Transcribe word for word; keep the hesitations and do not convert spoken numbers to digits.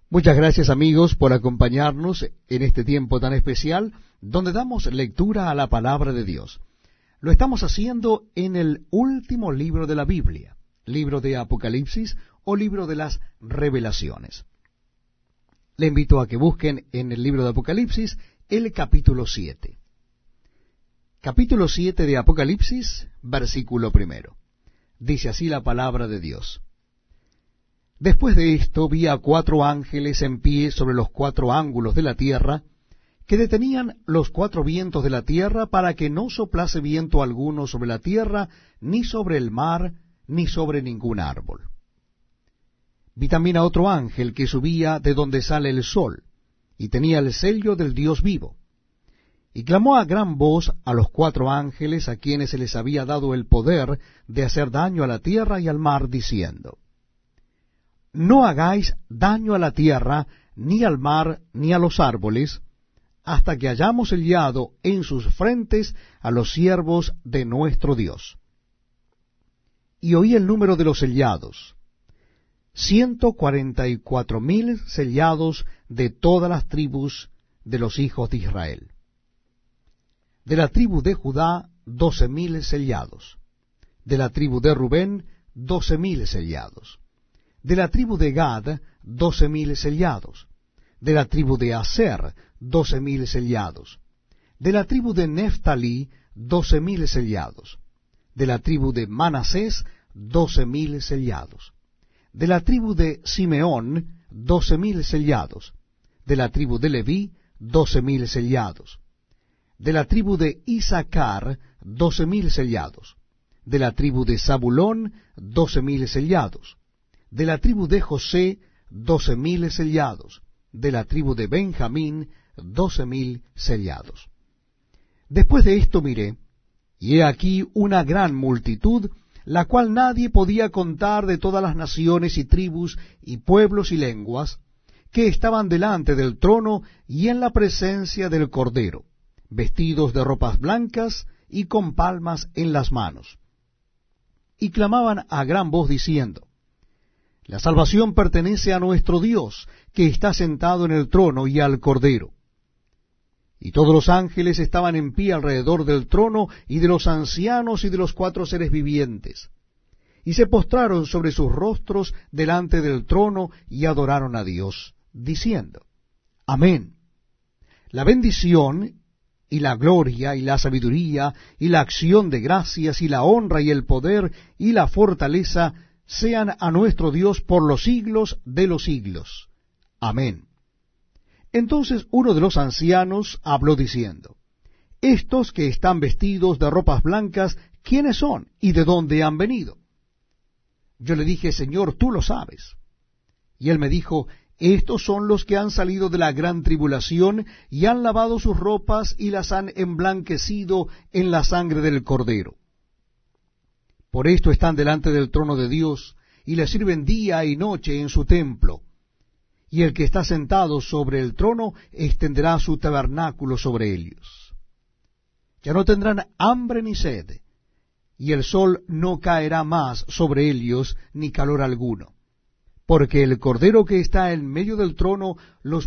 Muchas gracias, amigos, por acompañarnos en este tiempo tan especial donde damos lectura a la palabra de Dios. Lo estamos haciendo en el último libro de la Biblia, libro de Apocalipsis o libro de las Revelaciones. Le invito a que busquen en el libro de Apocalipsis el capítulo siete. Capítulo siete de Apocalipsis, versículo primero. Dice así la palabra de Dios. Después de esto vi a cuatro ángeles en pie sobre los cuatro ángulos de la tierra, que detenían los cuatro vientos de la tierra para que no soplase viento alguno sobre la tierra, ni sobre el mar, ni sobre ningún árbol. Vi también a otro ángel que subía de donde sale el sol, y tenía el sello del Dios vivo. Y clamó a gran voz a los cuatro ángeles a quienes se les había dado el poder de hacer daño a la tierra y al mar, diciendo: No hagáis daño a la tierra, ni al mar, ni a los árboles, hasta que hayamos sellado en sus frentes a los siervos de nuestro Dios. Y oí el número de los sellados, ciento cuarenta y cuatro mil sellados de todas las tribus de los hijos de Israel. De la tribu de Judá, doce mil sellados. De la tribu de Rubén, doce mil sellados. De la tribu de Gad, doce mil sellados. De la tribu de Aser, doce mil sellados. De la tribu de Neftalí, doce mil sellados. De la tribu de Manasés, doce mil sellados. De la tribu de Simeón, doce mil sellados. De la tribu de Leví, doce mil sellados. De la tribu de Isaacar, doce mil sellados. De la tribu de Zabulón, doce mil sellados. De la tribu de José, doce mil sellados. De la tribu de Benjamín, doce mil sellados. Después de esto miré, y he aquí una gran multitud, la cual nadie podía contar, de todas las naciones y tribus y pueblos y lenguas, que estaban delante del trono y en la presencia del Cordero, vestidos de ropas blancas y con palmas en las manos. Y clamaban a gran voz diciendo: La salvación pertenece a nuestro Dios, que está sentado en el trono, y al Cordero. Y todos los ángeles estaban en pie alrededor del trono, y de los ancianos y de los cuatro seres vivientes. Y se postraron sobre sus rostros delante del trono, y adoraron a Dios, diciendo: Amén. La bendición, y la gloria, y la sabiduría, y la acción de gracias, y la honra, y el poder, y la fortaleza, sean a nuestro Dios por los siglos de los siglos. Amén. Entonces uno de los ancianos habló diciendo: Estos que están vestidos de ropas blancas, ¿quiénes son, y de dónde han venido? Yo le dije: Señor, tú lo sabes. Y él me dijo: Estos son los que han salido de la gran tribulación, y han lavado sus ropas, y las han emblanquecido en la sangre del Cordero. Por esto están delante del trono de Dios, y le sirven día y noche en su templo. Y el que está sentado sobre el trono extenderá su tabernáculo sobre ellos. Ya no tendrán hambre ni sed, y el sol no caerá más sobre ellos, ni calor alguno, porque el Cordero que está en medio del trono los